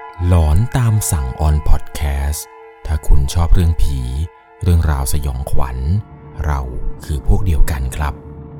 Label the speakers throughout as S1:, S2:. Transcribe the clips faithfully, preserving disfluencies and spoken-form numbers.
S1: หลอนตามสั่งออนพอดแคสต์ถ้าคุณชอบเรื่องผีเรื่องราวสยองขวัญเราคือพวกเดียวกันครับ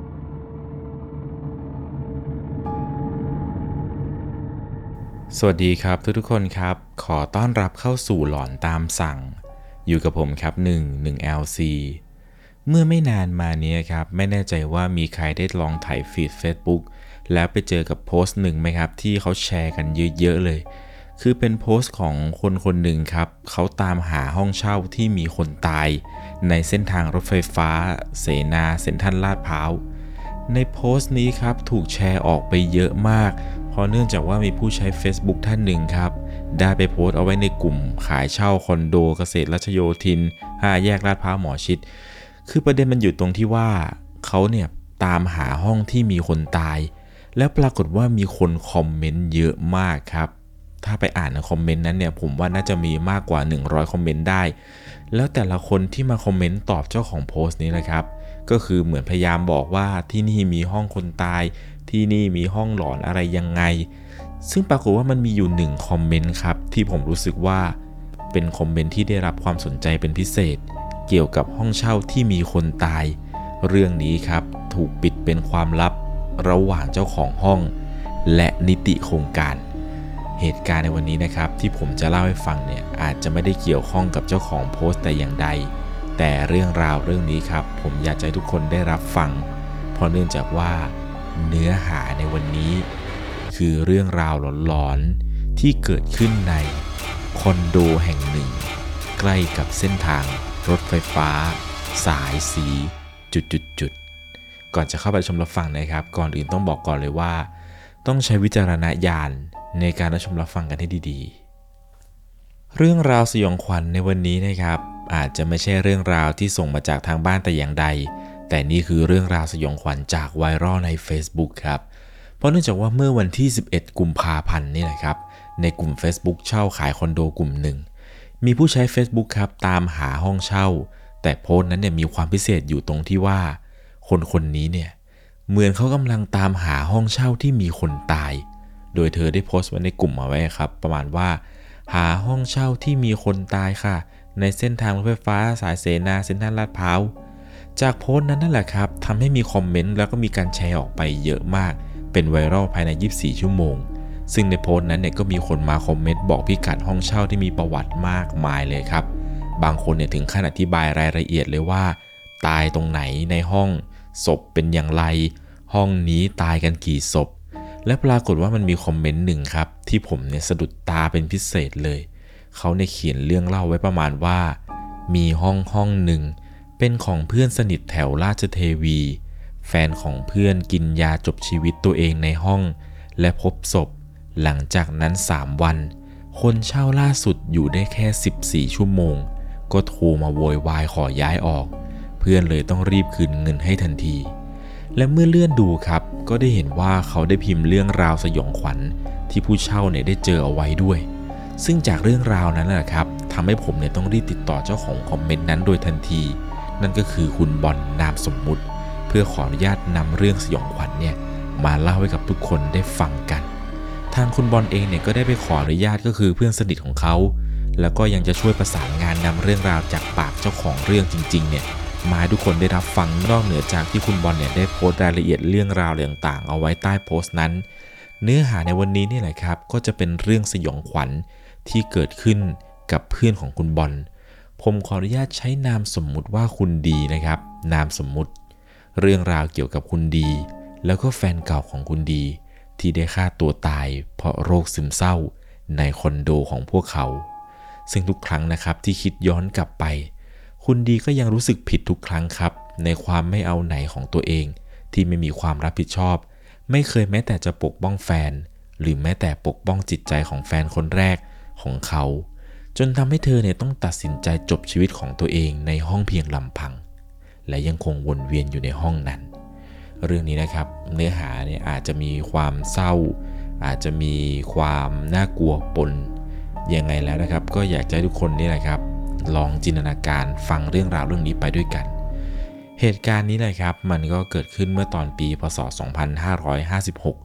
S1: สวัสดีครับทุกๆคนครับขอต้อนรับเข้าสู่หลอนตามสั่งอยู่กับผมครับหนึ่ง หนึ่ง แอล ซี เมื่อไม่นานมานี้ครับไม่แน่ใจว่ามีใครได้ลองถ่ายฟีด Facebook แล้วไปเจอกับโพสต์หนึ่งไหมครับที่เขาแชร์กันเยอะๆเลยคือเป็นโพสต์ของคนคนหนึ่งครับเขาตามหาห้องเช่าที่มีคนตายในเส้นทางรถไฟฟ้าเสนาเซ็นทรัลลาดพร้าวในโพสต์นี้ครับถูกแชร์ออกไปเยอะมากเพราะเนื่องจากว่ามีผู้ใช้ Facebook ท่านหนึ่งครับได้ไปโพสต์เอาไว้ในกลุ่มขายเช่าคอนโดเกษตรรัชโยธินห้าแยกลาดพร้าวหมอชิตคือประเด็นมันอยู่ตรงที่ว่าเขาเนี่ยตามหาห้องที่มีคนตายแล้วปรากฏว่ามีคนคอมเมนต์เยอะมากครับถ้าไปอ่านในคอมเมนต์นั้นเนี่ยผมว่าน่าจะมีมากกว่าหนึ่งร้อยคอมเมนต์ได้แล้วแต่ละคนที่มาคอมเมนต์ตอบเจ้าของโพสต์นี้นะครับก็คือเหมือนพยายามบอกว่าที่นี่มีห้องคนตายที่นี่มีห้องหลอนอะไรยังไงซึ่งปรากฏว่ามันมีอยู่หนึ่งคอมเมนต์ครับที่ผมรู้สึกว่าเป็นคอมเมนต์ที่ได้รับความสนใจเป็นพิเศษเกี่ยวกับห้องเช่าที่มีคนตายเรื่องนี้ครับถูกปิดเป็นความลับระหว่างเจ้าของห้องและนิติโครงการเหตุการณ์ในวันนี้นะครับที่ผมจะเล่าให้ฟังเนี่ยอาจจะไม่ได้เกี่ยวข้องกับเจ้าของโพสต์แต่อย่างใดแต่เรื่องราวเรื่องนี้ครับผมอยากให้ทุกคนได้รับฟังเพราะเนื่องจากว่าเนื้อหาในวันนี้คือเรื่องราวหลอนๆที่เกิดขึ้นในคอนโดแห่งหนึ่งใกล้กับเส้นทางรถไฟฟ้าสายสีจุดๆๆก่อนจะเข้าไปชมรับฟังนะครับก่อนอื่นต้องบอกก่อนเลยว่าต้องใช้วิจารณญาณในการรับชมรับฟังกันให้ดีๆเรื่องราวสยองขวัญในวันนี้นะครับอาจจะไม่ใช่เรื่องราวที่ส่งมาจากทางบ้านแต่อย่างใดแต่นี่คือเรื่องราวสยองขวัญจากไวรัลใน Facebook ครับเพราะเนื่องจากว่าเมื่อวันที่สิบเอ็ดกุมภาพันธ์นี่แหละครับในกลุ่ม Facebook เช่าขายคอนโดกลุ่มหนึ่งมีผู้ใช้ Facebook ครับตามหาห้องเช่าแต่โพสต์นั้นเนี่ยมีความพิเศษอยู่ตรงที่ว่าคนคนนี้เนี่ยเหมือนเขากำลังตามหาห้องเช่าที่มีคนตายโดยเธอได้โพสต์ไว้ในกลุ่มเอาไว้ครับประมาณว่าหาห้องเช่าที่มีคนตายค่ะในเส้นทางรถไฟฟ้าสายเสนาเซ็นทรัลลาดพร้าวจากโพสต์นั้นนั่นแหละครับทำให้มีคอมเมนต์แล้วก็มีการแชร์ออกไปเยอะมากเป็นไวรัลภายในยี่สิบสี่ชั่วโมงซึ่งในโพสต์นั้นเนี่ยก็มีคนมาคอมเมนต์บอกพิกัดห้องเช่าที่มีประวัติมากมายเลยครับบางคนเนี่ยถึงขั้นอธิบายรายละเอียดเลยว่าตายตรงไหนในห้องศพเป็นอย่างไรห้องนี้ตายกันกี่ศพและปรากฏว่ามันมีคอมเมนต์หนึ่งครับที่ผมเนี่ยสะดุดตาเป็นพิเศษเลยเขาเนี่ยเขียนเรื่องเล่าไว้ประมาณว่ามีห้องห้องหนึ่งเป็นของเพื่อนสนิทแถวราชเทวีแฟนของเพื่อนกินยาจบชีวิตตัวเองในห้องและพบศพหลังจากนั้นสามวันคนเช่าล่าสุดอยู่ได้แค่สิบสี่ชั่วโมงก็โทรมาโวยวายขอย้ายออกเพื่อนเลยต้องรีบคืนเงินให้ทันทีและเมื่อเลื่อนดูครับก็ได้เห็นว่าเขาได้พิมพ์เรื่องราวสยองขวัญที่ผู้เช่าเนี่ยได้เจอเอาไว้ด้วยซึ่งจากเรื่องราวนั้นแหละครับทำให้ผมเนี่ยต้องรีบติดต่อเจ้าของคอมเมนต์นั้นโดยทันทีนั่นก็คือคุณบอลนามสมมุติเพื่อขออนุญาตนำเรื่องสยองขวัญเนี่ยมาเล่าให้กับทุกคนได้ฟังกันทางคุณบอลเองเนี่ยก็ได้ไปขออนุญาตก็คือเพื่อนสนิทของเขาแล้วก็ยังจะช่วยประสานงานนำเรื่องราวจากปากเจ้าของเรื่องจริงๆเนี่ยมาให้ทุกคนได้รับฟังนอกเหนือจากที่คุณบอลเนี่ยได้โพสต์รายละเอียดเรื่องราวต่างๆเอาไว้ใต้โพสต์นั้นเนื้อหาในวันนี้นี่แหละครับก็จะเป็นเรื่องสยองขวัญที่เกิดขึ้นกับเพื่อนของคุณบอลผมขออนุญาตใช้นามสมมุติว่าคุณดีนะครับนามสมมุติเรื่องราวเกี่ยวกับคุณดีแล้วก็แฟนเก่าของคุณดีที่ได้ฆ่าตัวตายเพราะโรคซึมเศร้าในคอนโดของพวกเขาซึ่งทุกครั้งนะครับที่คิดย้อนกลับไปคุณดีก็ยังรู้สึกผิดทุกครั้งครับในความไม่เอาไหนของตัวเองที่ไม่มีความรับผิดชอบไม่เคยแม้แต่จะปกป้องแฟนหรือแม้แต่ปกป้องจิตใจของแฟนคนแรกของเขาจนทำให้เธอเนี่ยต้องตัดสินใจจบชีวิตของตัวเองในห้องเพียงลำพังและยังคงวนเวียนอยู่ในห้องนั้นเรื่องนี้นะครับเนื้อหาเนี่ยอาจจะมีความเศร้าอาจจะมีความน่ากลัวปนยังไงแล้วนะครับก็อยากจะให้ทุกคนนี่แหละครับลองจินตนาการฟังเรื่องราวเรื่องนี้ไปด้วยกันเหตุการณ์นี้นะครับมันก็เกิดขึ้นเมื่อตอนปีพ.ศ. สองพันห้าร้อยห้าสิบหก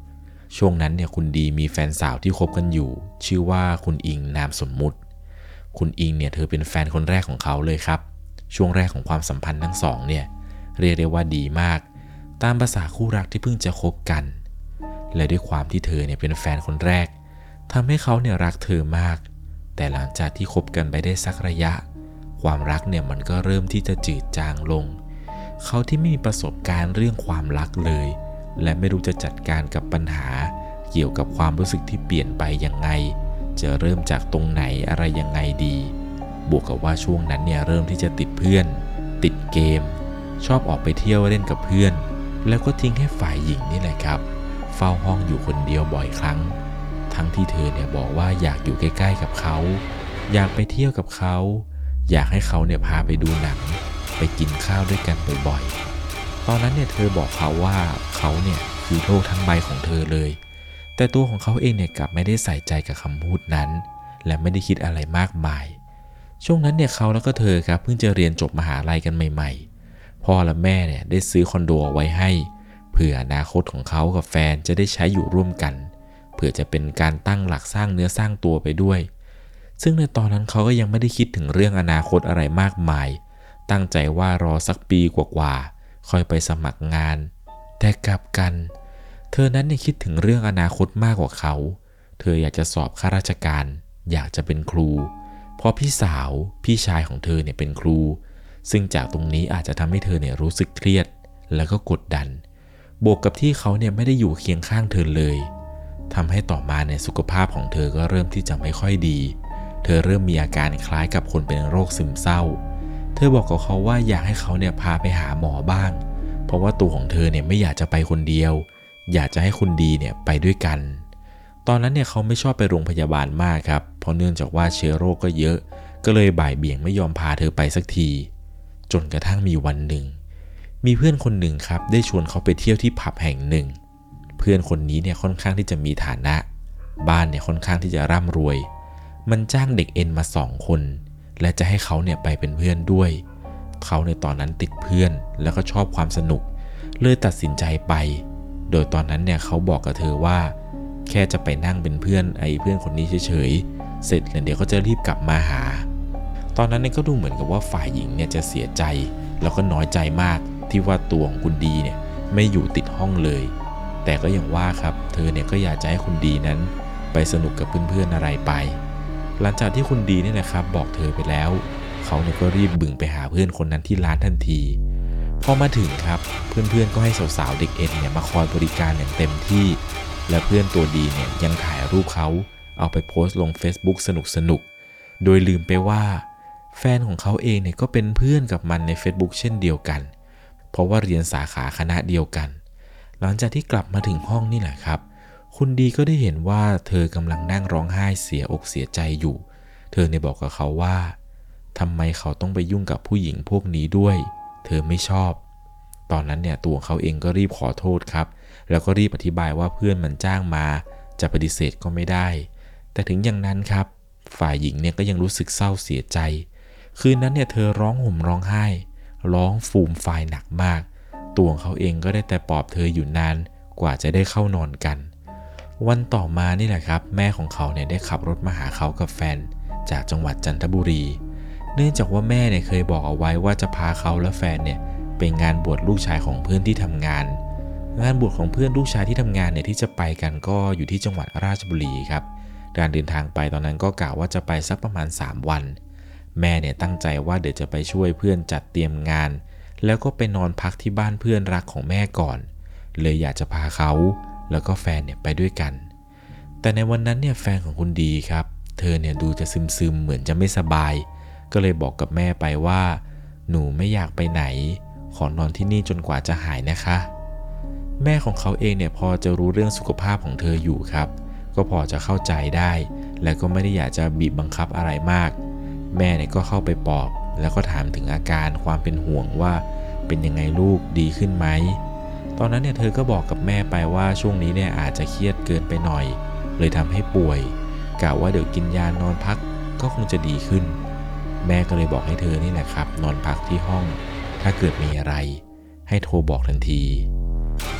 S1: ช่วงนั้นเนี่ยคุณดีมีแฟนสาวที่คบกันอยู่ชื่อว่าคุณอิงนามสมมุติคุณอิงเนี่ยเธอเป็นแฟนคนแรกของเขาเลยครับช่วงแรกของความสัมพันธ์ทั้งสองเนี่ยเรียกได้ว่าดีมากตามภาษาคู่รักที่เพิ่งจะคบกันและด้วยความที่เธอเนี่ยเป็นแฟนคนแรกทำให้เขาเนี่ยรักเธอมากแต่หลังจากที่คบกันไปได้สักระยะความรักเนี่ยมันก็เริ่มที่จะจืดจางลงเขาที่ไม่มีประสบการณ์เรื่องความรักเลยและไม่รู้จะจัดการกับปัญหาเกี่ยวกับความรู้สึกที่เปลี่ยนไปยังไงจะเริ่มจากตรงไหนอะไรยังไงดีบวกกับว่าช่วงนั้นเนี่ยเริ่มที่จะติดเพื่อนติดเกมชอบออกไปเที่ยวเล่นกับเพื่อนแล้วก็ทิ้งให้ฝ่ายหญิงนี่แหละครับเฝ้าห้องอยู่คนเดียวบ่อยครั้งทั้งที่เธอเนี่ยบอกว่าอยากอยู่ใกล้ๆกับเขาอยากไปเที่ยวกับเขาอยากให้เขาเนี่ยพาไปดูหนังไปกินข้าวด้วยกันบ่อยๆตอนนั้นเนี่ยเธอบอกเขาว่าเขาเนี่ยคือโลกทั้งใบของเธอเลยแต่ตัวของเขาเองเนี่ยกลับไม่ได้ใส่ใจกับคำพูดนั้นและไม่ได้คิดอะไรมากมายช่วงนั้นเนี่ยเขาแล้วก็เธอครับเพิ่งจะเรียนจบมหาลัยกันใหม่ๆพ่อและแม่เนี่ยได้ซื้อคอนโดเอาไว้ให้เพื่ออนาคตของเขากับแฟนจะได้ใช้อยู่ร่วมกันเพื่อจะเป็นการตั้งหลักสร้างเนื้อสร้างตัวไปด้วยซึ่งในตอนนั้นเขาก็ยังไม่ได้คิดถึงเรื่องอนาคตอะไรมากมายตั้งใจว่ารอสักปีกว่าๆค่อยไปสมัครงานแต่กลับกันเธอนั้นเนี่ยคิดถึงเรื่องอนาคตมากกว่าเขาเธออยากจะสอบข้าราชการอยากจะเป็นครูเพราะพี่สาวพี่ชายของเธอเนี่ยเป็นครูซึ่งจากตรงนี้อาจจะทำให้เธอเนี่ยรู้สึกเครียดแล้วก็กดดันบวกกับที่เขาเนี่ยไม่ได้อยู่เคียงข้างเธอเลยทำให้ต่อมาเนี่ยสุขภาพของเธอก็เริ่มที่จะไม่ค่อยดีเธอเริ่มมีอาการคล้ายกับคนเป็นโรคซึมเศร้าเธอบอกกับเขาว่าอยากให้เขาเนี่ยพาไปหาหมอบ้างเพราะว่าตัวของเธอเนี่ยไม่อยากจะไปคนเดียวอยากจะให้คุณดีเนี่ยไปด้วยกันตอนนั้นเนี่ยเขาไม่ชอบไปโรงพยาบาลมากครับเพราะเนื่องจากว่าเชื้อโรคก็เยอะก็เลยบ่ายเบี่ยงไม่ยอมพาเธอไปสักทีจนกระทั่งมีวันหนึ่งมีเพื่อนคนหนึ่งครับได้ชวนเขาไปเที่ยวที่ผับแห่งหนึ่งเพื่อนคนนี้เนี่ยค่อนข้างที่จะมีฐานะบ้านเนี่ยค่อนข้างที่จะร่ำรวยมันจ้างเด็กเอ็นมาสองคนและจะให้เขาเนี่ยไปเป็นเพื่อนด้วยเขาในตอนนั้นติดเพื่อนแล้วก็ชอบความสนุกเลยตัดสินใจไปโดยตอนนั้นเนี่ยเขาบอกกับเธอว่าแค่จะไปนั่งเป็นเพื่อนไอ้เพื่อนคนนี้เฉยๆเสร็จแล้วเดี๋ยวก็จะรีบกลับมาหาตอนนั้นเนี่ยก็ดูเหมือนกับว่าฝ่ายหญิงเนี่ยจะเสียใจแล้วก็น้อยใจมากที่ว่าตัวของคุณดีเนี่ยไม่อยู่ติดห้องเลยแต่ก็อย่างว่าครับเธอเนี่ยก็อยากจะให้คุณดีนั้นไปสนุกกับเพื่อนๆอะไรไปหลังจากที่คุณดีเนี่ยนะครับบอกเธอไปแล้วเขาเนี่ยก็รีบบึ่งไปหาเพื่อนคนนั้นที่ร้านทันทีพอมาถึงครับเพื่อนๆก็ให้สาวๆเด็กเอ็นเนี่ยมาคอยบริการอย่างเต็มที่และเพื่อนตัวดีเนี่ยยังถ่ายรูปเขาเอาไปโพสต์ลง Facebook สนุกๆโดยลืมไปว่าแฟนของเขาเองเนี่ยก็เป็นเพื่อนกับมันใน Facebook เช่นเดียวกันเพราะว่าเรียนสาขาคณะเดียวกันหลังจากที่กลับมาถึงห้องนี่แหละครับคุณดีก็ได้เห็นว่าเธอกำลังนั่งร้องไห้เสียอกเสียใจอยู่เธอเนี่ยบอกกับเขาว่าทำไมเขาต้องไปยุ่งกับผู้หญิงพวกนี้ด้วยเธอไม่ชอบตอนนั้นเนี่ยตัวเขาเองก็รีบขอโทษครับแล้วก็รีบอธิบายว่าเพื่อนมันจ้างมาจะปฏิเสธก็ไม่ได้แต่ถึงอย่างนั้นครับฝ่ายหญิงเนี่ยก็ยังรู้สึกเศร้าเสียใจคืนนั้นเนี่ยเธอร้องห่มร้องไห้ร้องฟูมฟายหนักมากตัวเขาเองก็ได้แต่ปลอบเธออยู่นานกว่าจะได้เข้านอนกันวันต่อมานี่แหละครับแม่ของเขาเนี่ยได้ขับรถมาหาเขากับแฟนจากจังหวัดจันทบุรีเนื่องจากว่าแม่เนี่ยเคยบอกเอาไว้ว่าจะพาเขาและแฟนเนี่ยไปงานบวชลูกชายของเพื่อนที่ทำงานงานบวชของเพื่อนลูกชายที่ทำงานเนี่ยที่จะไปกันก็อยู่ที่จังหวัดราชบุรีครับการเดินทางไปตอนนั้นก็กะว่าจะไปสักประมาณสามวันแม่เนี่ยตั้งใจว่าเดี๋ยวจะไปช่วยเพื่อนจัดเตรียมงานแล้วก็ไปนอนพักที่บ้านเพื่อนรักของแม่ก่อนเลยอยากจะพาเขาแล้วก็แฟนเนี่ยไปด้วยกันแต่ในวันนั้นเนี่ยแฟนของคุณดีครับเธอเนี่ยดูจะซึมๆเหมือนจะไม่สบายก็เลยบอกกับแม่ไปว่าหนูไม่อยากไปไหนขอนอนที่นี่จนกว่าจะหายนะคะแม่ของเขาเองเนี่ยพอจะรู้เรื่องสุขภาพของเธออยู่ครับก็พอจะเข้าใจได้และก็ไม่ได้อยากจะบีบบังคับอะไรมากแม่เนี่ยก็เข้าไปปลอบแล้วก็ถามถึงอาการความเป็นห่วงว่าเป็นยังไงลูกดีขึ้นไหมตอนนั้นเนี่ยเธอก็บอกกับแม่ไปว่าช่วงนี้เนี่ยอาจจะเครียดเกินไปหน่อยเลยทำให้ป่วยกะว่าเดี๋ยวกินยานอนพักก็คงจะดีขึ้นแม่ก็เลยบอกให้เธอนี่แหละครับนอนพักที่ห้องถ้าเกิดมีอะไรให้โทรบอกทันที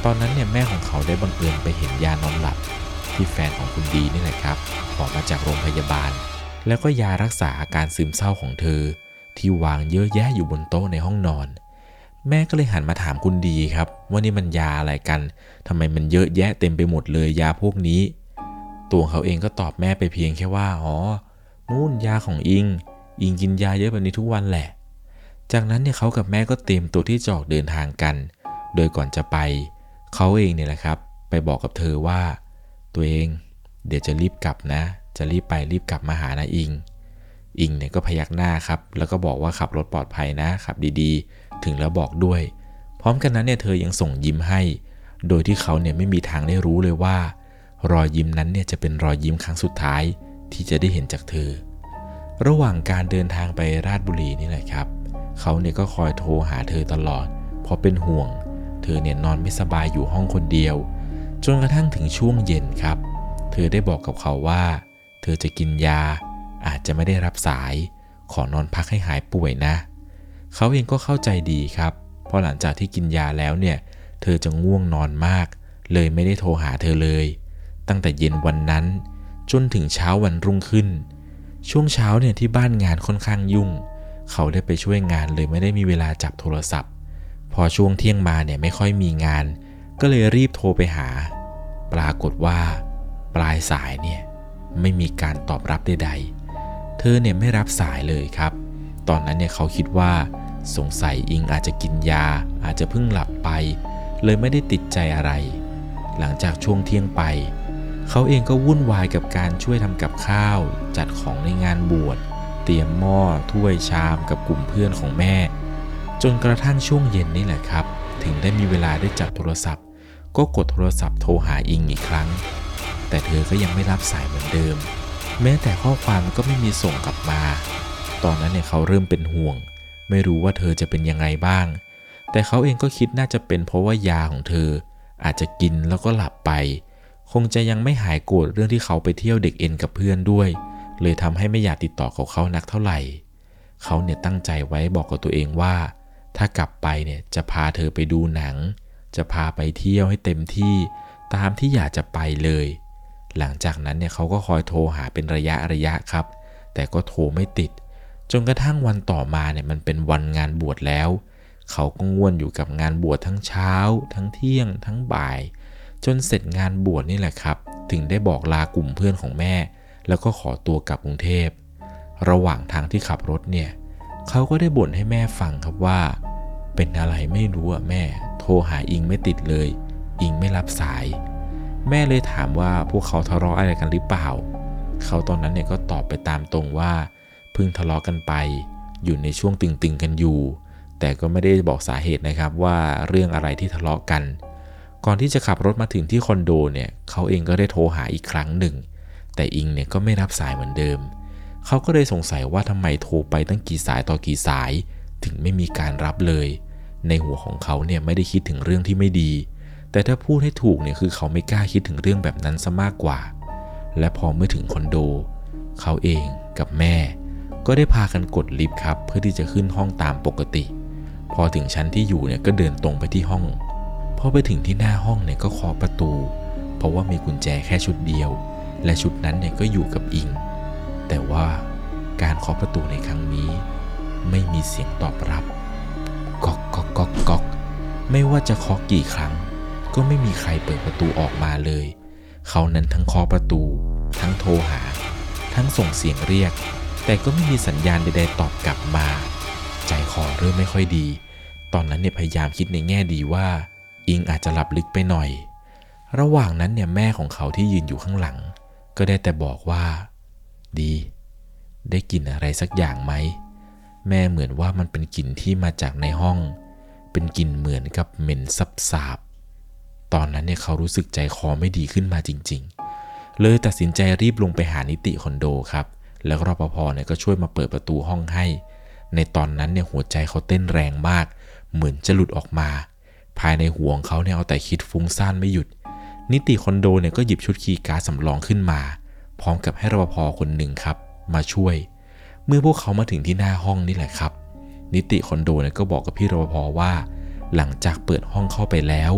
S1: ตอนนั้นเนี่ยแม่ของเขาได้บังเอิญไปเห็นยานอนหลับที่แฟนของคุณดีนี่แหละครับออกมาจากโรงพยาบาลแล้วก็ยารักษาอาการซึมเศร้าของเธอที่วางเยอะแยะอยู่บนโต๊ะในห้องนอนแม่ก็เลยหันมาถามคุณดีครับว่านี่มันยาอะไรกันทำไมมันเยอะแยะเต็มไปหมดเลยยาพวกนี้ตัวเขาเองก็ตอบแม่ไปเพียงแค่ว่าอ๋อนู่นยาของอิงอิงกินยาเยอะแบบนี้ทุกวันแหละจากนั้นเนี่ยเขากับแม่ก็เตรียมตัวที่จะออกเดินทางกันโดยก่อนจะไปเขาเองเนี่ยแหละครับไปบอกกับเธอว่าตัวเองเดี๋ยวจะรีบกลับนะจะรีบไปรีบกลับมาหานะอิงอิงเนี่ยก็พยักหน้าครับแล้วก็บอกว่าขับรถปลอดภัยนะขับดีๆถึงแล้วบอกด้วยพร้อมกันนั้นเนี่ยเธอยังส่งยิ้มให้โดยที่เขาเนี่ยไม่มีทางได้รู้เลยว่ารอยยิ้มนั้นเนี่ยจะเป็นรอยยิ้มครั้งสุดท้ายที่จะได้เห็นจากเธอระหว่างการเดินทางไปราชบุรีนี่แหละครับเขาเนี่ยก็คอยโทรหาเธอตลอดเพราะเป็นห่วงเธอเนี่ยนอนไม่สบายอยู่ห้องคนเดียวจนกระทั่งถึงช่วงเย็นครับเธอได้บอกกับเขาว่าเธอจะกินยาอาจจะไม่ได้รับสายขอนอนพักให้หายป่วยนะเขาเองก็เข้าใจดีครับเพราะหลังจากที่กินยาแล้วเนี่ยเธอจะง่วงนอนมากเลยไม่ได้โทรหาเธอเลยตั้งแต่เย็นวันนั้นจนถึงเช้าวันรุ่งขึ้นช่วงเช้าเนี่ยที่บ้านงานค่อนข้างยุ่งเขาได้ไปช่วยงานเลยไม่ได้มีเวลาจับโทรศัพท์พอช่วงเที่ยงมาเนี่ยไม่ค่อยมีงานก็เลยรีบโทรไปหาปรากฏว่าปลายสายเนี่ยไม่มีการตอบรับใดๆเธอเนี่ยไม่รับสายเลยครับตอนนั้นเนี่ยเขาคิดว่าสงสัยอิงอาจจะกินยาอาจจะเพิ่งหลับไปเลยไม่ได้ติดใจอะไรหลังจากช่วงเที่ยงไปเขาเองก็วุ่นวายกับการช่วยทำกับข้าวจัดของในงานบวชเตรียมหม้อถ้วยชามกับกลุ่มเพื่อนของแม่จนกระทั่งช่วงเย็นนี่แหละครับถึงได้มีเวลาได้จับโทรศัพท์ก็กดโทรศัพท์โทรหาอิงอีกครั้งแต่เธอก็ยังไม่รับสายเหมือนเดิมแม้แต่ข้อความก็ไม่มีส่งกลับมาตอนนั้นเนี่ยเขาเริ่มเป็นห่วงไม่รู้ว่าเธอจะเป็นยังไงบ้างแต่เขาเองก็คิดน่าจะเป็นเพราะว่ายาของเธออาจจะกินแล้วก็หลับไปคงจะยังไม่หายโกรธเรื่องที่เขาไปเที่ยวเด็กเอ็นกับเพื่อนด้วยเลยทำให้ไม่อยากติดต่อกับเขานักเท่าไหร่เขาเนี่ยตั้งใจไว้บอกกับตัวเองว่าถ้ากลับไปเนี่ยจะพาเธอไปดูหนังจะพาไปเที่ยวให้เต็มที่ตามที่อยากจะไปเลยหลังจากนั้นเนี่ยเขาก็คอยโทรหาเป็นระยะระยะครับแต่ก็โทรไม่ติดจนกระทั่งวันต่อมาเนี่ยมันเป็นวันงานบวชแล้วเขาก็ง่วนอยู่กับงานบวชทั้งเช้าทั้งเที่ยงทั้งบ่ายจนเสร็จงานบวชนี่แหละครับถึงได้บอกลากลุ่มเพื่อนของแม่แล้วก็ขอตัวกลับกรุงเทพระหว่างทางที่ขับรถเนี่ยเขาก็ได้บ่นให้แม่ฟังครับว่าเป็นอะไรไม่รู้อ่ะแม่โทรหาอิงไม่ติดเลยอิงไม่รับสายแม่เลยถามว่าพวกเขาทะเลาะอะไรกันหรือเปล่าเขาตอนนั้นเนี่ยก็ตอบไปตามตรงว่าเพิ่งทะเลาะกันไปอยู่ในช่วงตึงๆกันอยู่แต่ก็ไม่ได้บอกสาเหตุนะครับว่าเรื่องอะไรที่ทะเลาะกันก่อนที่จะขับรถมาถึงที่คอนโดเนี่ยเขาเองก็ได้โทรหาอีกครั้งหนึ่งแต่อิงเนี่ยก็ไม่รับสายเหมือนเดิมเขาก็เลยสงสัยว่าทำไมโทรไปตั้งกี่สายต่อกี่สายถึงไม่มีการรับเลยในหัวของเขาเนี่ยไม่ได้คิดถึงเรื่องที่ไม่ดีแต่ถ้าพูดให้ถูกเนี่ยคือเขาไม่กล้าคิดถึงเรื่องแบบนั้นซะมากกว่าและพอเมื่อถึงคอนโดเขาเองกับแม่ก็ได้พากันกดลิฟต์ครับเพื่อที่จะขึ้นห้องตามปกติพอถึงชั้นที่อยู่เนี่ยก็เดินตรงไปที่ห้องพอไปถึงที่หน้าห้องเนี่ยก็เคาะประตูเพราะว่ามีกุญแจแค่ชุดเดียวและชุดนั้นเนี่ยก็อยู่กับอิงแต่ว่าการเคาะประตูในครั้งนี้ไม่มีเสียงตอบรับก๊อกก๊อกก๊อกก๊อกไม่ว่าจะเคาะกี่ครั้งก็ไม่มีใครเปิดประตูออกมาเลยเขานั้นทั้งเคาะประตูทั้งโทรหาทั้งส่งเสียงเรียกแต่ก็ไม่มีสัญญาณใดๆตอบกลับมาใจคอเริ่มไม่ค่อยดีตอนนั้นเนี่ยพยายามคิดในแง่ดีว่าอิงอาจจะหลับลึกไปหน่อยระหว่างนั้นเนี่ยแม่ของเขาที่ยืนอยู่ข้างหลังก็ได้แต่บอกว่าดีได้กลิ่นอะไรสักอย่างไหมแม่เหมือนว่ามันเป็นกลิ่นที่มาจากในห้องเป็นกลิ่นเหมือนกับเหม็นสาบๆตอนนั้นเนี่ยเขารู้สึกใจคอไม่ดีขึ้นมาจริงๆเลยตัดสินใจรีบลงไปหานิติคอนโดครับแล้วรปภเนี่ยก็ช่วยมาเปิดประตูห้องให้ในตอนนั้นเนี่ยหัวใจเขาเต้นแรงมากเหมือนจะหลุดออกมาภายในหัวของเขาเนี่ยเอาแต่คิดฟุ้งซ่านไม่หยุดนิติคอนโดเนี่ยก็หยิบชุดคีย์การ์ดสำรองขึ้นมาพร้อมกับให้รปภคนหนึ่งครับมาช่วยเมื่อพวกเขามาถึงที่หน้าห้องนี่แหละครับนิติคอนโดเนี่ยก็บอกกับพี่รปภว่าหลังจากเปิดห้องเข้าไปแล้ว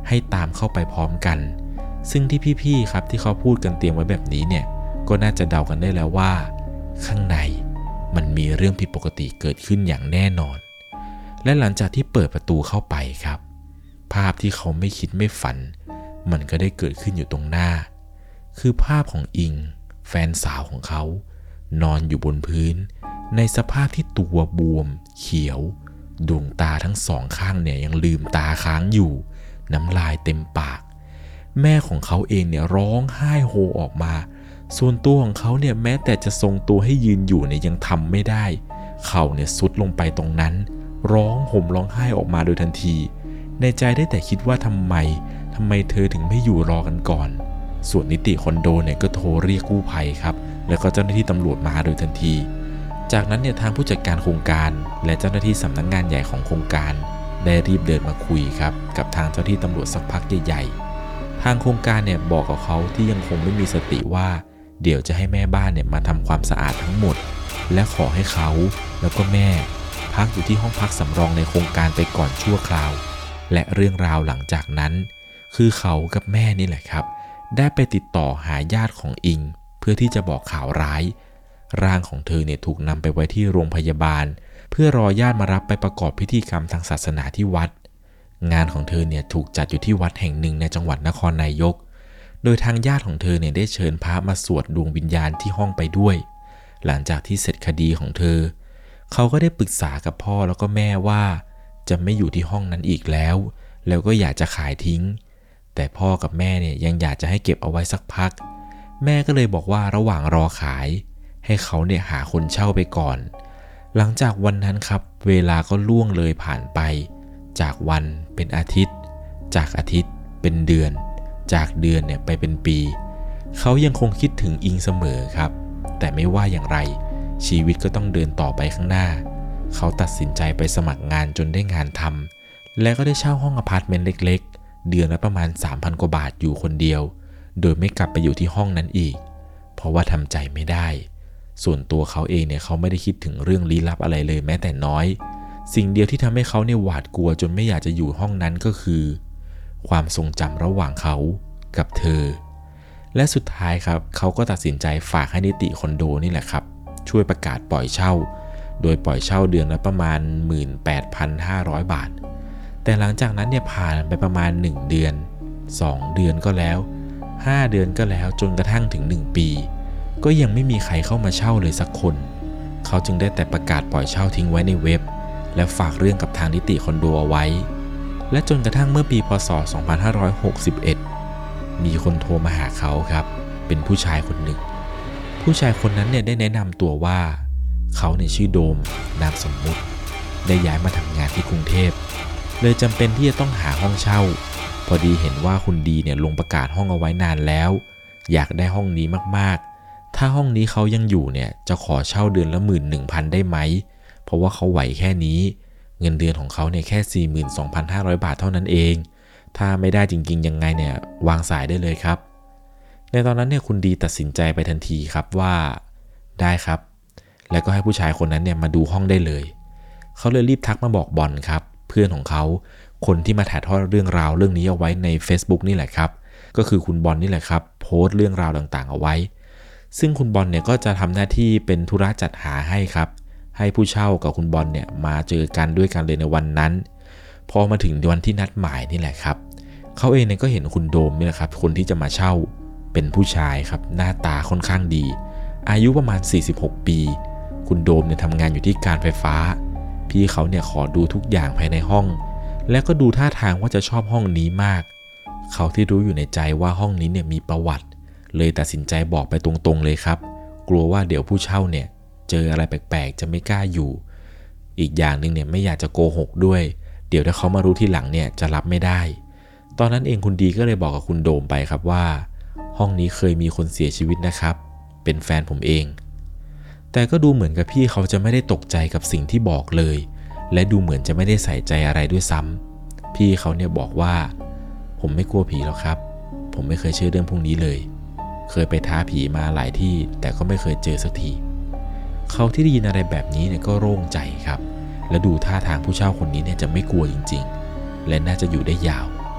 S1: ให้ตามเข้าไปพร้อมกันซึ่งที่พี่ๆครับที่เขาพูดกันเตรียมไว้แบบนี้เนี่ยก็น่าจะเดากันได้แล้วว่าข้างในมันมีเรื่องผิดปกติเกิดขึ้นอย่างแน่นอนและหลังจากที่เปิดประตูเข้าไปครับภาพที่เขาไม่คิดไม่ฝันมันก็ได้เกิดขึ้นอยู่ตรงหน้าคือภาพของอิงแฟนสาวของเขานอนอยู่บนพื้นในสภาพที่ตัวบวมเขียวดวงตาทั้งสองข้างเนี่ยยังลืมตาค้างอยู่น้ำลายเต็มปากแม่ของเขาเองเนี่ยร้องไห้โฮออกมาส่วนตัวของเขาเนี่ยแม้แต่จะทรงตัวให้ยืนอยู่เนี่ยยังทำไม่ได้เข่าเนี่ยซุดลงไปตรงนั้นร้องห่มร้องไห้ออกมาโดยทันทีในใจได้แต่คิดว่าทำไมทำไมเธอถึงไม่อยู่รอกันก่อนส่วนนิติคอนโดเนี่ยก็โทรเรียกกู้ภัยครับแล้วก็เจ้าหน้าที่ตำรวจมาโดยทันทีจากนั้นเนี่ยทางผู้จัดการโครงการและเจ้าหน้าที่สำนักงานใหญ่ของโครงการได้รีบเดินมาคุยครับกับทางเจ้าหน้าที่ตำรวจสักพักใหญ่ๆทางโครงการเนี่ยบอกกับเขาที่ยังคงไม่มีสติว่าเดี๋ยวจะให้แม่บ้านเนี่ยมาทำความสะอาดทั้งหมดและขอให้เขาแล้วก็แม่พักอยู่ที่ห้องพักสำรองในโครงการไปก่อนชั่วคราวและเรื่องราวหลังจากนั้นคือเขากับแม่นี่แหละครับได้ไปติดต่อหาญาติของอิงเพื่อที่จะบอกข่าวร้ายร่างของเธอเนี่ยถูกนำไปไว้ที่โรงพยาบาลเพื่อรอญาติมารับไปประกอบพิธีกรรมทางศาสนาที่วัดงานของเธอเนี่ยถูกจัดอยู่ที่วัดแห่งหนึ่งในจังหวัดนครนายกโดยทางญาติของเธอเนี่ยได้เชิญพระมาสวดดวงวิญญาณที่ห้องไปด้วยหลังจากที่เสร็จคดีของเธอเขาก็ได้ปรึกษากับพ่อแล้วก็แม่ว่าจะไม่อยู่ที่ห้องนั้นอีกแล้วแล้วก็อยากจะขายทิ้งแต่พ่อกับแม่เนี่ยยังอยากจะให้เก็บเอาไว้สักพักแม่ก็เลยบอกว่าระหว่างรอขายให้เขาเนี่ยหาคนเช่าไปก่อนหลังจากวันนั้นครับเวลาก็ล่วงเลยผ่านไปจากวันเป็นอาทิตย์จากอาทิตย์เป็นเดือนจากเดือนเนี่ยไปเป็นปีเขายังคงคิดถึงอิงเสมอครับแต่ไม่ว่าอย่างไรชีวิตก็ต้องเดินต่อไปข้างหน้าเขาตัดสินใจไปสมัครงานจนได้งานทำและก็ได้เช่าห้องอพาร์ตเมนต์เล็กๆเดือนละประมาณ สามพัน กว่าบาทอยู่คนเดียวโดยไม่กลับไปอยู่ที่ห้องนั้นอีกเพราะว่าทำใจไม่ได้ส่วนตัวเขาเองเนี่ยเขาไม่ได้คิดถึงเรื่องลี้ลับอะไรเลยแม้แต่น้อยสิ่งเดียวที่ทำให้เขาเนี่ยหวาดกลัวจนไม่อยากจะอยู่ห้องนั้นก็คือความทรงจำระหว่างเขากับเธอและสุดท้ายครับเขาก็ตัดสินใจฝากให้นิติคอนโดนี่แหละครับช่วยประกาศปล่อยเช่าโดยปล่อยเช่าเดือนละประมาณ หนึ่งหมื่นแปดพันห้าร้อย บาทแต่หลังจากนั้นเนี่ยผ่านไปประมาณหนึ่งเดือนสองเดือนก็แล้วห้าเดือนก็แล้วจนกระทั่งถึงหนึ่งปีก็ยังไม่มีใครเข้ามาเช่าเลยสักคนเขาจึงได้แต่ประกาศปล่อยเช่าทิ้งไว้ในเว็บและฝากเรื่องกับทางนิติคอนโดเอาไว้และจนกระทั่งเมื่อปีพ.ศ. สองพันห้าร้อยหกสิบเอ็ดมีคนโทรมาหาเขาครับเป็นผู้ชายคนหนึ่งผู้ชายคนนั้นเนี่ยได้แนะนำตัวว่าเขาเนี่ยชื่อโดมนามสมมุติได้ย้ายมาทำงานที่กรุงเทพเลยจำเป็นที่จะต้องหาห้องเช่าพอดีเห็นว่าคุณดีเนี่ยลงประกาศห้องเอาไว้นานแล้วอยากได้ห้องนี้มากๆถ้าห้องนี้เขายังอยู่เนี่ยจะขอเช่าเดือนละ หนึ่งหมื่นหนึ่งพัน ได้ไหมเพราะว่าเขาไหวแค่นี้เงินเดือนของเขาเนี่ยแค่ สี่หมื่นสองพันห้าร้อย บาทเท่านั้นเองถ้าไม่ได้จริงๆยังไงเนี่ยวางสายได้เลยครับในตอนนั้นเนี่ยคุณดีตัดสินใจไปทันทีครับว่าได้ครับแล้วก็ให้ผู้ชายคนนั้นเนี่ยมาดูห้องได้เลยเขาเลยรีบทักมาบอกบอลครับเพื่อนของเขาคนที่มาถ่ายทอดเรื่องราวเรื่องนี้เอาไว้ใน Facebook นี่แหละครับก็คือคุณบอลนี่แหละครับโพสต์เรื่องราวต่างๆเอาไว้ซึ่งคุณบอลเนี่ยก็จะทำหน้าที่เป็นธุระจัดหาให้ครับให้ผู้เช่ากับคุณบอลเนี่ยมาเจอกันด้วยกันเลยในวันนั้นพอมาถึงวันที่นัดหมายนี่แหละครับเขาเองเนี่ยก็เห็นคุณโดมนี่แหละครับคนที่จะมาเช่าเป็นผู้ชายครับหน้าตาค่อนข้างดีอายุประมาณสี่สิบหกปีคุณโดมเนี่ยทำงานอยู่ที่การไฟฟ้าพี่เขาเนี่ยขอดูทุกอย่างภายในห้องแล้วก็ดูท่าทางว่าจะชอบห้องนี้มากเขาที่รู้อยู่ในใจว่าห้องนี้เนี่ยมีประวัติเลยตัดสินใจบอกไปตรงๆเลยครับกลัวว่าเดี๋ยวผู้เช่าเนี่ยเจออะไรแปลกๆจะไม่กล้าอยู่อีกอย่างนึงเนี่ยไม่อยากจะโกหกด้วยเดี๋ยวถ้าเขามารู้ทีหลังเนี่ยจะรับไม่ได้ตอนนั้นเองคุณดีก็เลยบอกกับคุณโดมไปครับว่าห้องนี้เคยมีคนเสียชีวิตนะครับเป็นแฟนผมเองแต่ก็ดูเหมือนกับพี่เขาจะไม่ได้ตกใจกับสิ่งที่บอกเลยและดูเหมือนจะไม่ได้ใส่ใจอะไรด้วยซ้ำพี่เขาเนี่ยบอกว่าผมไม่กลัวผีหรอกครับผมไม่เคยเชื่อเรื่องพวกนี้เลยเคยไปท้าผีมาหลายที่แต่ก็ไม่เคยเจอสักทีเขาที่ได้ยินอะไรแบบนี้เนี่ยก็โล่งใจครับและดูท่าทางผู้เช่าคนนี้เนี่ยจะไม่กลัวจริงๆและน่าจะอยู่ได้ยาว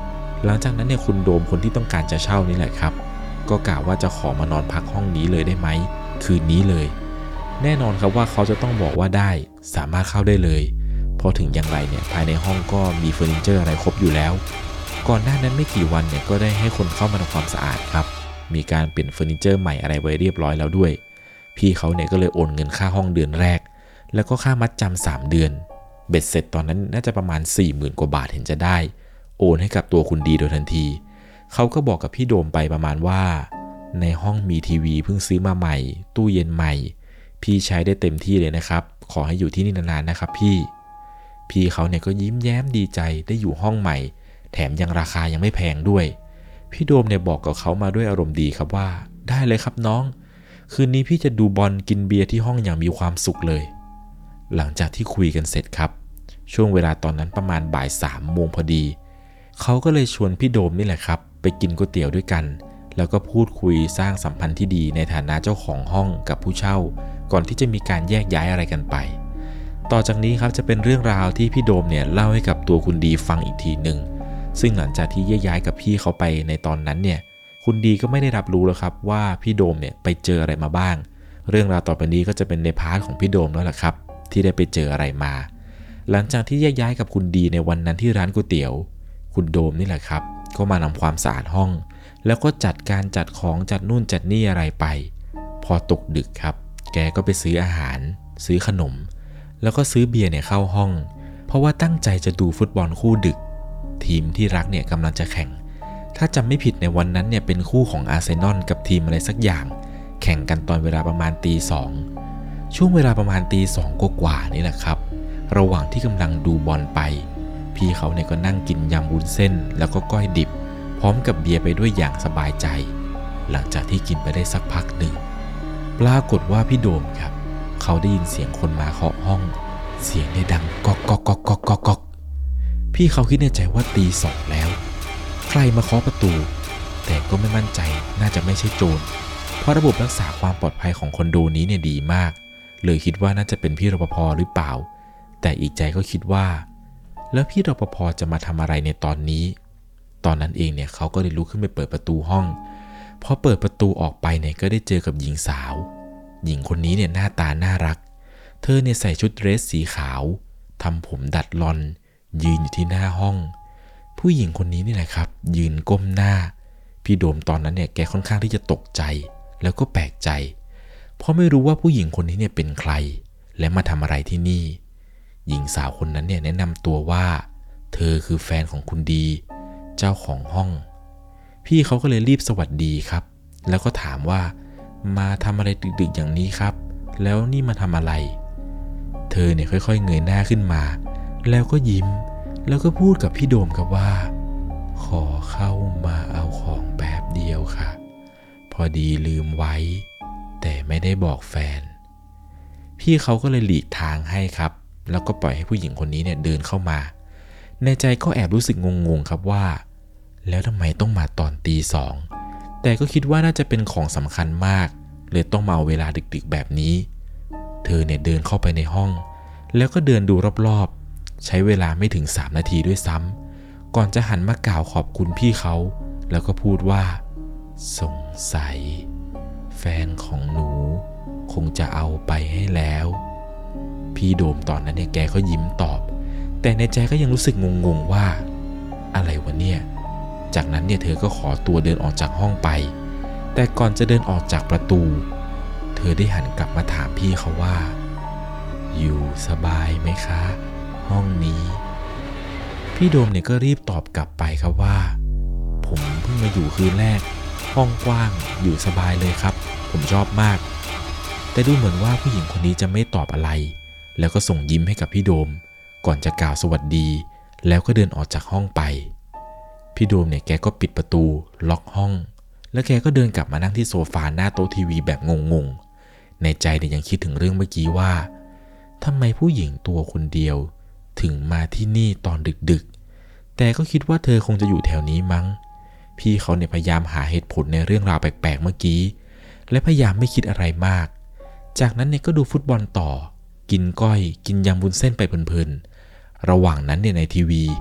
S1: หลังจากนั้นเนี่ยคุณโดมคนที่ต้องการจะเช่านี่แหละครับก็กล่าวว่าจะขอมานอนพักห้องนี้เลยได้ไหมคืนนี้เลยแน่นอนครับว่าเขาจะต้องบอกว่าได้สามารถเข้าได้เลยเพราะถึงอย่างไรเนี่ยภายในห้องก็มีเฟอร์นิเจอร์อะไรครบอยู่แล้วก่อนหน้านั้นไม่กี่วันเนี่ยก็ได้ให้คนเข้ามาทำความสะอาดครับมีการเปลี่ยนเฟอร์นิเจอร์ใหม่อะไรไว้เรียบร้อยแล้วด้วยพี่เขาเนี่ยก็เลยโอนเงินค่าห้องเดือนแรกแล้วก็ค่ามัดจำสามเดือนเบ็ดเสร็จตอนนั้นน่าจะประมาณ สี่หมื่น กว่าบาทเห็นจะได้โอนให้กับตัวคุณดีโดยทันทีเขาก็บอกกับพี่โดมไปประมาณว่าในห้องมีทีวีเพิ่งซื้อมาใหม่ตู้เย็นใหม่พี่ใช้ได้เต็มที่เลยนะครับขอให้อยู่ที่นี่นานๆนะครับพี่พี่เขาเนี่ยก็ยิ้มแย้มดีใจได้อยู่ห้องใหม่แถมยังราคายังไม่แพงด้วยพี่โดมเนี่ยบอกกับเขามาด้วยอารมณ์ดีครับว่าได้เลยครับน้องคืนนี้พี่จะดูบอลกินเบียร์ที่ห้องอย่างมีความสุขเลยหลังจากที่คุยกันเสร็จครับช่วงเวลาตอนนั้นประมาณบ่ายสามโมงพอดีเขาก็เลยชวนพี่โดมนี่แหละครับไปกินก๋วยเตี๋ยวด้วยกันแล้วก็พูดคุยสร้างสัมพันธ์ที่ดีในฐานะเจ้าของห้องกับผู้เช่าก่อนที่จะมีการแยกย้ายอะไรกันไปต่อจากนี้ครับจะเป็นเรื่องราวที่พี่โดมเนี่ยเล่าให้กับตัวคุณดีฟังอีกทีหนึ่งซึ่งหลังจากที่แยกย้ายกับพี่เขาไปในตอนนั้นเนี่ยคุณดีก็ไม่ได้รับรู้แล้วครับว่าพี่โดมเนี่ยไปเจออะไรมาบ้างเรื่องราวต่อไปนี้ก็จะเป็นในพาร์ทของพี่โดมแล้วล่ะครับที่ได้ไปเจออะไรมาหลังจากที่แยกย้ายกับคุณดีในวันนั้นที่ร้านก๋วยเตี๋ยวคุณโดมนี่แหละครับก็มาทำความสะอาดห้องแล้วก็จัดการจัดของจัดนู่นจัดนี่อะไรไปพอตกดึกครับแกก็ไปซื้ออาหารซื้อขนมแล้วก็ซื้อเบียร์เนี่ยเข้าห้องเพราะว่าตั้งใจจะดูฟุตบอลคู่ดึกทีมที่รักเนี่ยกำลังจะแข่งถ้าจำไม่ผิดในวันนั้นเนี่ยเป็นคู่ของอาร์เซนอลกับทีมอะไรสักอย่างแข่งกันตอนเวลาประมาณตีสองช่วงเวลาประมาณตีสองกว่าๆนี่แหละครับระหว่างที่กำลังดูบอลไปพี่เขาเนี่ยก็นั่งกินยำวุ้นเส้นแล้วก็ก้อยดิบพร้อมกับเบียร์ไปด้วยอย่างสบายใจหลังจากที่กินไปได้สักพักหนึ่งปรากฏว่าพี่โดมครับเขาได้ยินเสียงคนมาเคาะห้องเสียงได้ดังก๊อกก๊อกก๊อกก๊อกก๊อกก๊อกพี่เขาคิดในใจว่าตีสองแล้วใครมาเคาะประตูแต่ก็ไม่มั่นใจน่าจะไม่ใช่โจรเพราะระบบรักษาความปลอดภัยของคอนโดนี้เนี่ยดีมากเลยคิดว่าน่าจะเป็นพี่รปภ.หรือเปล่าแต่อีกใจก็คิดว่าแล้วพี่รปภ.จะมาทำอะไรในตอนนี้ตอนนั้นเองเนี่ยเขาก็เลยลุกขึ้นไปเปิดประตูห้องพอเปิดประตูออกไปเนี่ยก็ได้เจอกับหญิงสาวหญิงคนนี้เนี่ยหน้าตาน่ารักเธอเนี่ยใส่ชุดเดรสสีขาวทำผมดัดลอนยืนอยู่ที่หน้าห้องผู้หญิงคนนี้นี่แหละครับยืนก้มหน้าพี่โดมตอนนั้นเนี่ยแกค่อนข้างที่จะตกใจแล้วก็แปลกใจเพราะไม่รู้ว่าผู้หญิงคนนี้เนี่ยเป็นใครและมาทำอะไรที่นี่หญิงสาวคนนั้นเนี่ยแนะนำตัวว่าเธอคือแฟนของคุณดีเจ้าของห้องพี่เขาก็เลยรีบสวัสดีครับแล้วก็ถามว่ามาทำอะไรดึกๆอย่างนี้ครับแล้วนี่มาทำอะไรเธอเนี่ยค่อยๆเงยหน้าขึ้นมาแล้วก็ยิ้มแล้วก็พูดกับพี่โดมครับว่าขอเข้ามาเอาของแป๊บเดียวค่ะพอดีลืมไว้แต่ไม่ได้บอกแฟนพี่เขาก็เลยหลีกทางให้ครับแล้วก็ปล่อยให้ผู้หญิงคนนี้เนี่ยเดินเข้ามาในใจก็แอบรู้สึกงงๆครับว่าแล้วทำไมต้องมาตอนตีสองแต่ก็คิดว่าน่าจะเป็นของสำคัญมากเลยต้องมาเวลาดึกๆแบบนี้เธอเนี่ยเดินเข้าไปในห้องแล้วก็เดินดูรอบๆใช้เวลาไม่ถึงสามนาทีด้วยซ้ำก่อนจะหันมากล่าวขอบคุณพี่เขาแล้วก็พูดว่าสงสัยแฟนของหนูคงจะเอาไปให้แล้วพี่โดมตอนนั้นเนี่ยแกก็ยิ้มตอบแต่ในใจก็ยังรู้สึกงงๆว่าอะไรวะเนี่ยจากนั้นเนี่ยเธอก็ขอตัวเดินออกจากห้องไปแต่ก่อนจะเดินออกจากประตูเธอได้หันกลับมาถามพี่เขาว่าอยู่สบายไหมคะห้องนี้พี่โดมเนี่ยก็รีบตอบกลับไปครับว่าผมเพิ่งมาอยู่คืนแรกห้องกว้างอยู่สบายเลยครับผมชอบมากแต่ดูเหมือนว่าผู้หญิงคนนี้จะไม่ตอบอะไรแล้วก็ส่งยิ้มให้กับพี่โดมก่อนจะกล่าวสวัสดีแล้วก็เดินออกจากห้องไปพี่โดมเนี่ยแกก็ปิดประตูล็อกห้องแล้วแกก็เดินกลับมานั่งที่โซฟาหน้าโต๊ะทีวีแบบงงๆในใจเนี่ยยังคิดถึงเรื่องเมื่อกี้ว่าทำไมผู้หญิงตัวคนเดียวถึงมาที่นี่ตอนดึกๆแต่ก็คิดว่าเธอคงจะอยู่แถวนี้มั้งพี่เขาเนี่ยพยายามหาเหตุผลในเรื่องราวแปลกๆเมื่อกี้และพยายามไม่คิดอะไรมากจากนั้นเนี่ยก็ดูฟุตบอลต่อกินก้อยกินยำวุ้นเส้นไปเพลินๆระหว่างนั้นเนี่ยในทีวี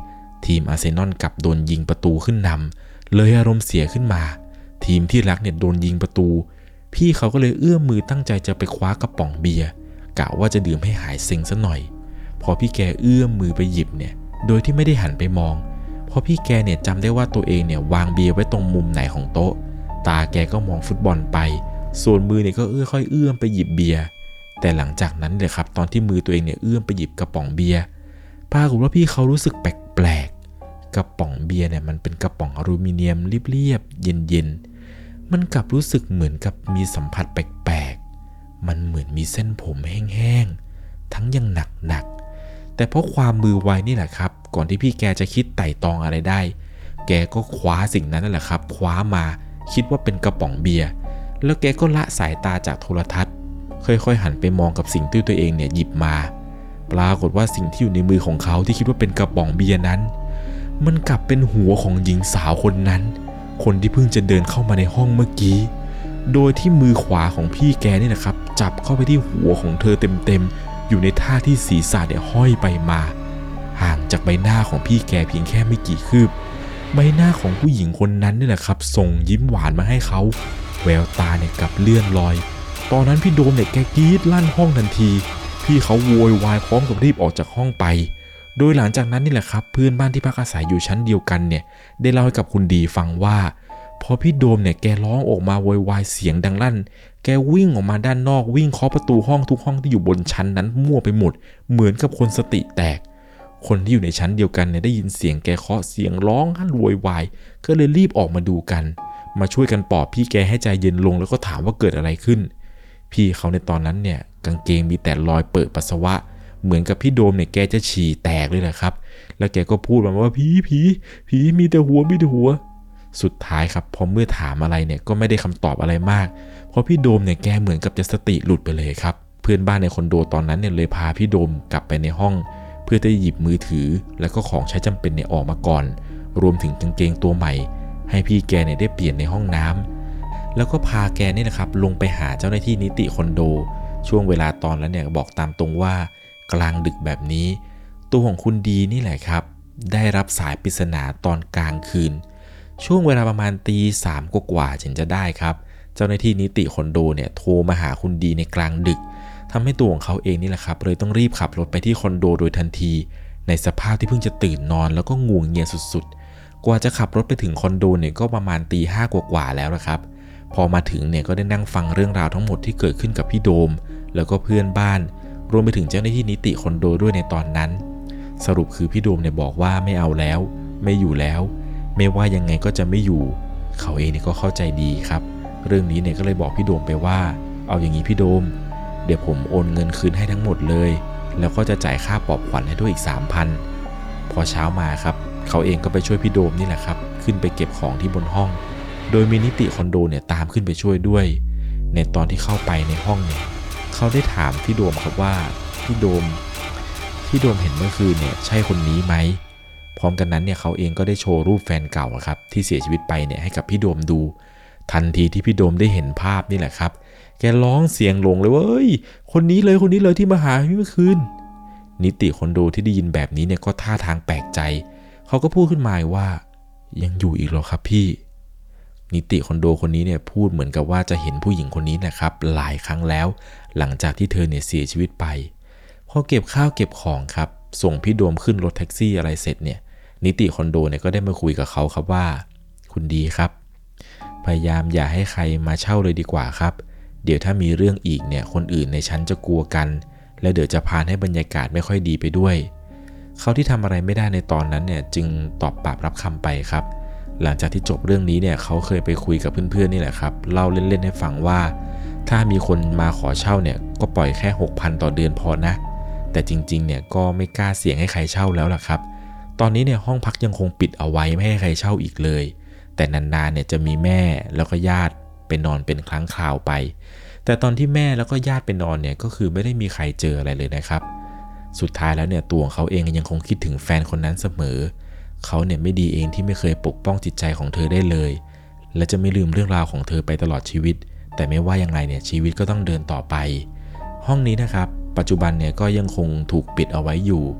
S1: ทีมอาร์เซนอลกลับโดนยิงประตูขึ้นนำเลยอารมณ์เสียขึ้นมาทีมที่รักเนี่ยโดนยิงประตูพี่เขาก็เลยเอื้อมมือตั้งใจจะไปคว้ากระป๋องเบียร์กะว่าจะดื่มให้หายเซ็งซะหน่อยพอพี่แกเอื้อมมือไปหยิบเนี่ยโดยที่ไม่ได้หันไปมองเพราะพี่แกเนี่ยจำได้ว่าตัวเองเนี่ยวางเบียร์ไว้ตรงมุมไหนของโต๊ะตาแกก็มองฟุตบอลไปส่วนมือเนี่ยก็เอื้อค่อยเอื้อมไปหยิบเบียร์แต่หลังจากนั้นเลยครับตอนที่มือตัวเองเนี่ยเอื้อมไปหยิบกระป๋องเบียร์ปรากฏว่าพี่เขารู้สึกแปลกๆกระป๋องเบียร์เนี่ยมันเป็นกระป๋องอลูมิเนียมเรียบๆเย็นๆมันกลับรู้สึกเหมือนกับมีสัมผัสแปลกๆมันเหมือนมีเส้นผมแห้งๆทั้งยังหนักๆแต่เพราะความมือไวนี่แหละครับก่อนที่พี่แกจะคิดไต่ตองอะไรได้แกก็คว้าสิ่งนั้นนั่นแหละครับคว้ามาคิดว่าเป็นกระป๋องเบียร์แล้วแกก็ละสายตาจากโทรทัศน์ค่อยๆหันไปมองกับสิ่งที่ตัวเองเนี่ยหยิบมาปรากฏว่าสิ่งที่อยู่ในมือของเขาที่คิดว่าเป็นกระป๋องเบียร์นั้นมันกลับเป็นหัวของหญิงสาวคนนั้นคนที่เพิ่งจะเดินเข้ามาในห้องเมื่อกี้โดยที่มือขวาของพี่แกนี่นะครับจับเข้าไปที่หัวของเธอเต็มๆอยู่ในท่าที่ศีรษะเนี่ยห้อยไปมาห่างจากใบหน้าของพี่แกเพียงแค่ไม่กี่คืบใบหน้าของผู้หญิงคนนั้นนี่แหละครับส่งยิ้มหวานมาให้เขาแววตาเนี่ยกลับเลื่อนลอยตอนนั้นพี่โดมเนี่ยแกกรี๊ดลั่นห้องทันทีพี่เขาโวยวายพร้อมกับรีบออกจากห้องไปโดยหลังจากนั้นนี่แหละครับเพื่อนบ้านที่พักอาศัยอยู่ชั้นเดียวกันเนี่ยได้เล่าให้กับคุณดีฟังว่าพอพี่โดมเนี่ยแกร้องออกมาโวยวายเสียงดังลั่นแกวิ่งออกมาด้านนอกวิ่งเคาะประตูห้องทุกห้องที่อยู่บนชั้นนั้นมั่วไปหมดเหมือนกับคนสติแตกคนที่อยู่ในชั้นเดียวกันเนี่ยได้ยินเสียงแกเคาะเสียงร้องหั่นโวยวายก็เลยรีบออกมาดูกันมาช่วยกันปลอบพี่แกให้ใจเย็นลงแล้วก็ถามว่าเกิดอะไรขึ้นพี่เขาในตอนนั้นเนี่ยกางเกงมีแต่รอยเปิดปัสสาวะเหมือนกับพี่โดมเนี่ยแกจะฉี่แตกเลยแหละครับแล้วแกก็พูดมาว่าผีผีผีมีแต่หัวมีแต่หัวสุดท้ายครับพอเมื่อถามอะไรเนี่ยก็ไม่ได้คำตอบอะไรมากเพราะพี่โดมเนี่ยแกเหมือนกับจะสติหลุดไปเลยครับเพื่อนบ้านในคอนโดตอนนั้นเนี่ยเลยพาพี่โดมกลับไปในห้องเพื่อจะหยิบมือถือแล้วก็ของใช้จำเป็นเนี่ยออกมาก่อนรวมถึงกางเกงตัวใหม่ให้พี่แกเนี่ยได้เปลี่ยนในห้องน้ำแล้วก็พาแกนี่นะครับลงไปหาเจ้าหน้าที่นิติคอนโดช่วงเวลาตอนนั้นเนี่ยบอกตามตรงว่ากลางดึกแบบนี้ตัวของคุณดีนี่แหละครับได้รับสายปริศนาตอนกลางคืนช่วงเวลาประมาณตีสามกว่าๆถึงจะได้ครับเจ้าหน้าที่นิติคอนโดเนี่ยโทรมาหาคุณดีในกลางดึกทำให้ตัวของเขาเองนี่แหละครับเลยต้องรีบขับรถไปที่คอนโดโดยทันทีในสภาพที่เพิ่งจะตื่นนอนแล้วก็ง่วงเงียสุดๆกว่าจะขับรถไปถึงคอนโดเนี่ยก็ประมาณตีห้ากว่าๆแล้วนะครับพอมาถึงเนี่ยก็ได้นั่งฟังเรื่องราวทั้งหมดที่เกิดขึ้นกับพี่โดมแล้วก็เพื่อนบ้านรวมไปถึงเจ้าหน้าที่นิติคอนโดด้วยในตอนนั้นสรุปคือพี่โดมเนี่ยบอกว่าไม่เอาแล้วไม่อยู่แล้วไม่ว่ายังไงก็จะไม่อยู่เขาเองเนี่ยก็เข้าใจดีครับเรื่องนี้เนี่ยก็เลยบอกพี่โดมไปว่าเอาอย่างนี้พี่โดมเดี๋ยวผมโอนเงินคืนให้ทั้งหมดเลยแล้วก็จะจ่ายค่าปลอบขวัญให้ด้วยอีก สามพัน พอเช้ามาครับเขาเองก็ไปช่วยพี่โดมนี่แหละครับขึ้นไปเก็บของที่บนห้องโดยมีนิติคอนโดเนี่ยตามขึ้นไปช่วยด้วยในตอนที่เข้าไปในห้องเนี่ยเขาได้ถามพี่โดมครับว่าพี่โดมพี่โดมเห็นเมื่อคืนเนี่ยใช่คนนี้ไหมพร้อมกันนั้นเนี่ยเขาเองก็ได้โชว์รูปแฟนเก่าครับที่เสียชีวิตไปเนี่ยให้กับพี่โดมดูทันทีที่พี่โดมได้เห็นภาพนี่แหละครับแกร้องเสียงหลงเลยว่าเอ้ยคนนี้เลยคนนี้เลยที่มาหาพี่เมื่อคืนนิติคอนโดที่ได้ยินแบบนี้เนี่ยก็ท่าทางแปลกใจเขาก็พูดขึ้นมาว่ายังอยู่อีกเหรอครับพี่นิติคอนโดคนนี้เนี่ยพูดเหมือนกับว่าจะเห็นผู้หญิงคนนี้นะครับหลายครั้งแล้วหลังจากที่เธอเนี่ยเสียชีวิตไปพอเก็บข้าวเก็บของครับส่งพี่โดมขึ้นรถแท็กซี่อะไรเสร็จเนี่ยนิติคอนโดเนี่ยก็ได้มาคุยกับเขาครับว่าคุณดีครับพยายามอย่าให้ใครมาเช่าเลยดีกว่าครับเดี๋ยวถ้ามีเรื่องอีกเนี่ยคนอื่นในชั้นจะกลัวกันและเดี๋ยวจะพาให้บรรยากาศไม่ค่อยดีไปด้วยเขาที่ทำอะไรไม่ได้ในตอนนั้นเนี่ยจึงตอบปากรับคำไปครับหลังจากที่จบเรื่องนี้เนี่ยเขาเคยไปคุยกับเพื่อนๆนี่แหละครับเล่าเล่นๆให้ฟังว่าถ้ามีคนมาขอเช่าเนี่ยก็ปล่อยแค่ หกพัน ต่อเดือนพอนะแต่จริงๆเนี่ยก็ไม่กล้าเสี่ยงให้ใครเช่าแล้วล่ะครับตอนนี้เนี่ยห้องพักยังคงปิดเอาไว้ไม่ให้ใครเช่าอีกเลยแต่นานๆเนี่ยจะมีแม่แล้วก็ญาติไปนอนเป็นครั้งคราวไปแต่ตอนที่แม่แล้วก็ญาติไปนอนเนี่ยก็คือไม่ได้มีใครเจออะไรเลยนะครับสุดท้ายแล้วเนี่ยตัวของเขาเองยังคงคิดถึงแฟนคนนั้นเสมอเขาเนี่ยไม่ดีเองที่ไม่เคยปกป้องจิตใจของเธอได้เลยและจะไม่ลืมเรื่องราวของเธอไปตลอดชีวิตแต่ไม่ว่าอย่างไรเนี่ยชีวิตก็ต้องเดินต่อไปห้องนี้นะครับปัจจุบันเนี่ยก็ยังคงถูกปิดเอาไว้อยู่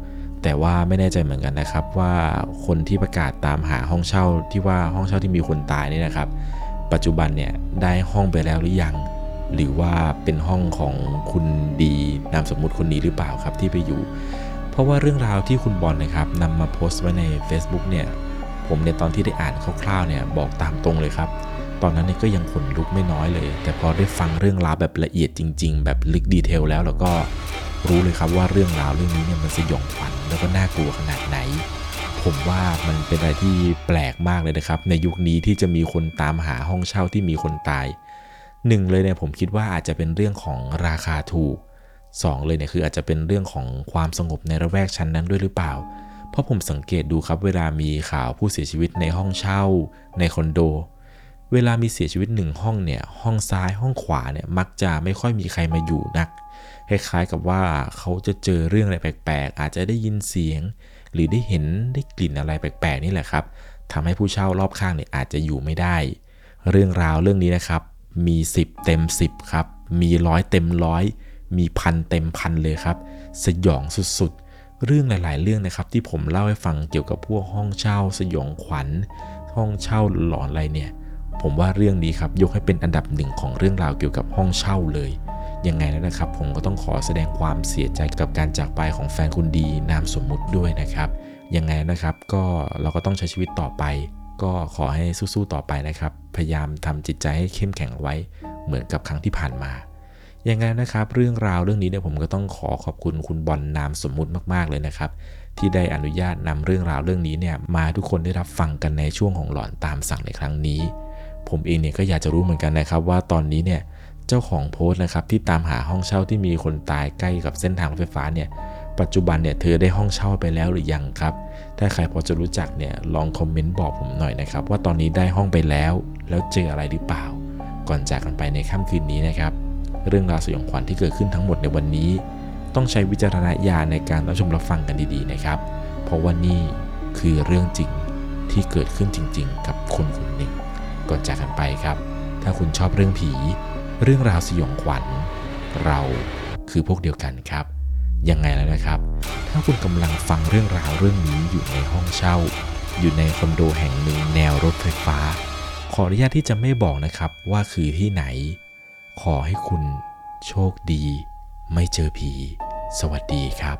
S1: แต่ว่าไม่แน่ใจเหมือนกันนะครับว่าคนที่ประกาศตามหาห้องเช่าที่ว่าห้องเช่าที่มีคนตายนี่นะครับปัจจุบันเนี่ยได้ห้องไปแล้วหรือยังหรือว่าเป็นห้องของคุณดีนามสมมุติคนนี้หรือเปล่าครับที่ไปอยู่เพราะว่าเรื่องราวที่คุณบอลนะครับนำมาโพสต์ไว้ใน Facebook เนี่ยผมในตอนที่ได้อ่านคร่าวๆเนี่ยบอกตามตรงเลยครับตอนนั้นเนี่ยก็ยังขนลุกไม่น้อยเลยแต่พอได้ฟังเรื่องราวแบบละเอียดจริงๆแบบลึกดีเทลแล้วแล้วก็รู้เลยครับว่าเรื่องราวเรื่องนี้เนี่ยมันสยองขวัญแล้วก็น่ากลัวขนาดไหนผมว่ามันเป็นอะไรที่แปลกมากเลยนะครับในยุคนี้ที่จะมีคนตามหาห้องเช่าที่มีคนตายหนึ่งเลยเนี่ยผมคิดว่าอาจจะเป็นเรื่องของราคาถูกสองเลยเนี่ยคืออาจจะเป็นเรื่องของความสงบในระแวกชั้นนั้นด้วยหรือเปล่าเพราะผมสังเกตดูครับเวลามีข่าวผู้เสียชีวิตในห้องเช่าในคอนโดเวลามีเสียชีวิตหนึ่งห้องเนี่ยห้องซ้ายห้องขวาเนี่ยมักจะไม่ค่อยมีใครมาอยู่นักคล้ายๆกับว่าเขาจะเจอเรื่องอะไรแปลกๆอาจจะได้ยินเสียงหรือได้เห็นได้กลิ่นอะไรแปลกๆนี่แหละครับทำให้ผู้เช่ารอบข้างเนี่ยอาจจะอยู่ไม่ได้เรื่องราวเรื่องนี้นะครับมีสิบเต็มสิบครับมีร้อยเต็มร้อยมีพันเต็มพันเลยครับสยองสุดๆเรื่องหลายๆเรื่องนะครับที่ผมเล่าให้ฟังเกี่ยวกับพวกห้องเช่าสยองขวัญห้องเช่าหลอนอะไรเนี่ยผมว่าเรื่องนี้ครับยกให้เป็นอันดับหนึ่งของเรื่องราวเกี่ยวกับห้องเช่าเลยยังไงแล้วนะครับผมก็ต้องขอแสดงความเสียใจกับการจากไปของแฟนคุณดีนามสมมุติด้วยนะครับยังไงนะครับก็เราก็ต้องใช้ชีวิตต่อไปก็ขอให้สู้ๆต่อไปนะครับพยายามทำจิตใจให้เข้มแข็งไว้เหมือนกับครั้งที่ผ่านมายังไงนะครับเรื่องราวเรื่องนี้เนี่ยผมก็ต้องขอขอบคุณคุณบอลนามสมมุติมากๆเลยนะครับที่ได้อนุญาตนำเรื่องราวเรื่องนี้เนี่ยมาทุกคนได้รับฟังกันในช่วงของหลอนตามสั่งในครั้งนี้ผมเองเนี่ยก็อยากจะรู้เหมือนกันนะครับว่าตอนนี้เนี่ยเจ้าของโพสต์นะครับที่ตามหาห้องเช่าที่มีคนตายใกล้กับเส้นทางรถไฟฟ้าเนี่ยปัจจุบันเนี่ยเธอได้ห้องเช่าไปแล้วหรือยังครับถ้าใครพอจะรู้จักเนี่ยลองคอมเมนต์บอกผมหน่อยนะครับว่าตอนนี้ได้ห้องไปแล้วแล้วเจออะไรหรือเปล่าก่อนจากกันไปในค่ำคืนนี้นะครับเรื่องราวสยองขวัญที่เกิดขึ้นทั้งหมดในวันนี้ต้องใช้วิจารณญาณในการรับชมรับฟังกันดีๆนะครับเพราะว่านี่คือเรื่องจริงที่เกิดขึ้นจริงๆกับคนคนหนึ่งก่อนจากกันไปครับถ้าคุณชอบเรื่องผีเรื่องราวสยองขวัญเราคือพวกเดียวกันครับยังไงแล้วนะครับถ้าคุณกำลังฟังเรื่องราวเรื่องนี้อยู่ในห้องเช่าอยู่ในคอนโดแห่งหนึ่งแนวรถไฟฟ้าขออนุญาตที่จะไม่บอกนะครับว่าคือที่ไหนขอให้คุณโชคดีไม่เจอผีสวัสดีครับ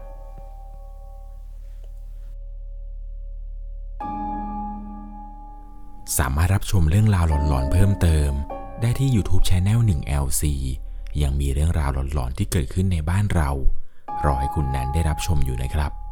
S1: สามารถรับชมเรื่องราวหลอนๆเพิ่มเติมได้ที่ YouTube Channel หนึ่ง แอล ซี ยังมีเรื่องราวหลอนๆที่เกิดขึ้นในบ้านเรารอให้คุณนั้นได้รับชมอยู่นะครับ